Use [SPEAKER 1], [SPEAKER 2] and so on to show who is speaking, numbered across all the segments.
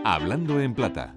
[SPEAKER 1] Hablando en Plata.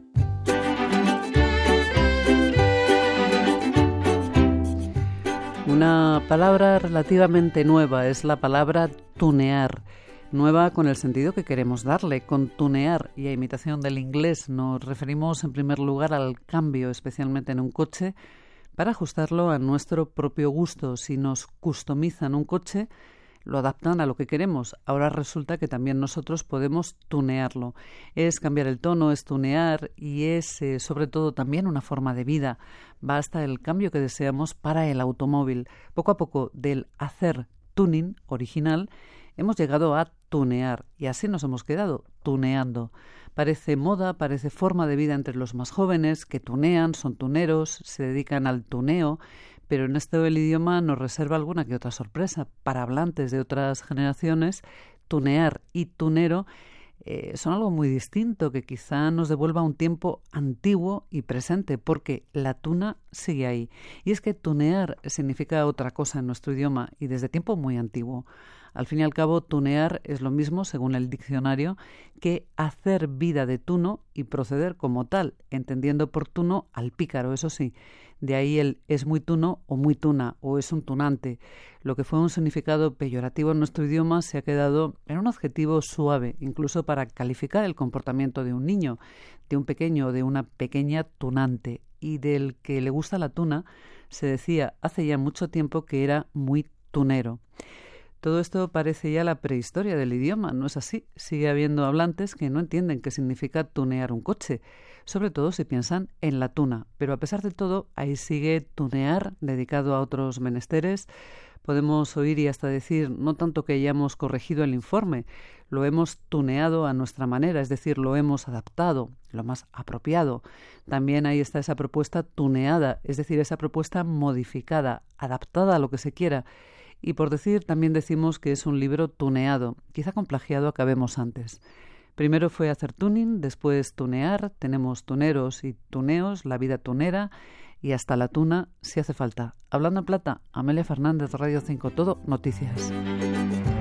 [SPEAKER 2] Una palabra relativamente nueva es la palabra tunear. Nueva con el sentido que queremos darle. Con tunear y a imitación del inglés nos referimos en primer lugar al cambio, especialmente en un coche, para ajustarlo a nuestro propio gusto. Si nos customizan un coche, lo adaptan a lo que queremos. Ahora resulta que también nosotros podemos tunearlo. Es cambiar el tono, es tunear y es sobre todo también una forma de vida. Basta el cambio que deseamos para el automóvil. Poco a poco del hacer tuning original hemos llegado a tunear y así nos hemos quedado tuneando. Parece moda, parece forma de vida entre los más jóvenes que tunean, son tuneros, se dedican al tuneo, pero en esto el idioma nos reserva alguna que otra sorpresa. Para hablantes de otras generaciones, tunear y tunero son algo muy distinto que quizá nos devuelva a un tiempo antiguo y presente, porque la tuna sigue ahí. Y es que tunear significa otra cosa en nuestro idioma y desde tiempo muy antiguo. Al fin y al cabo, tunear es lo mismo, según el diccionario, que hacer vida de tuno y proceder como tal, entendiendo por tuno al pícaro, eso sí. De ahí el es muy tuno o muy tuna o es un tunante. Lo que fue un significado peyorativo en nuestro idioma se ha quedado en un adjetivo suave, incluso para calificar el comportamiento de un niño, de un pequeño o de una pequeña tunante. Y del que le gusta la tuna se decía hace ya mucho tiempo que era muy tunero. Todo esto parece ya la prehistoria del idioma, ¿no es así? Sigue habiendo hablantes que no entienden qué significa tunear un coche, sobre todo si piensan en la tuna. Pero a pesar de todo, ahí sigue tunear, dedicado a otros menesteres. Podemos oír y hasta decir, no tanto que hayamos corregido el informe, lo hemos tuneado a nuestra manera, es decir, lo hemos adaptado, lo más apropiado. También ahí está esa propuesta tuneada, es decir, esa propuesta modificada, adaptada a lo que se quiera. Y por decir, también decimos que es un libro tuneado. Quizá con plagiado acabemos antes. Primero fue hacer tuning, después tunear. Tenemos tuneros y tuneos, la vida tunera y hasta la tuna si hace falta. Hablando en Plata, Amelia Fernández, Radio 5 Todo, Noticias.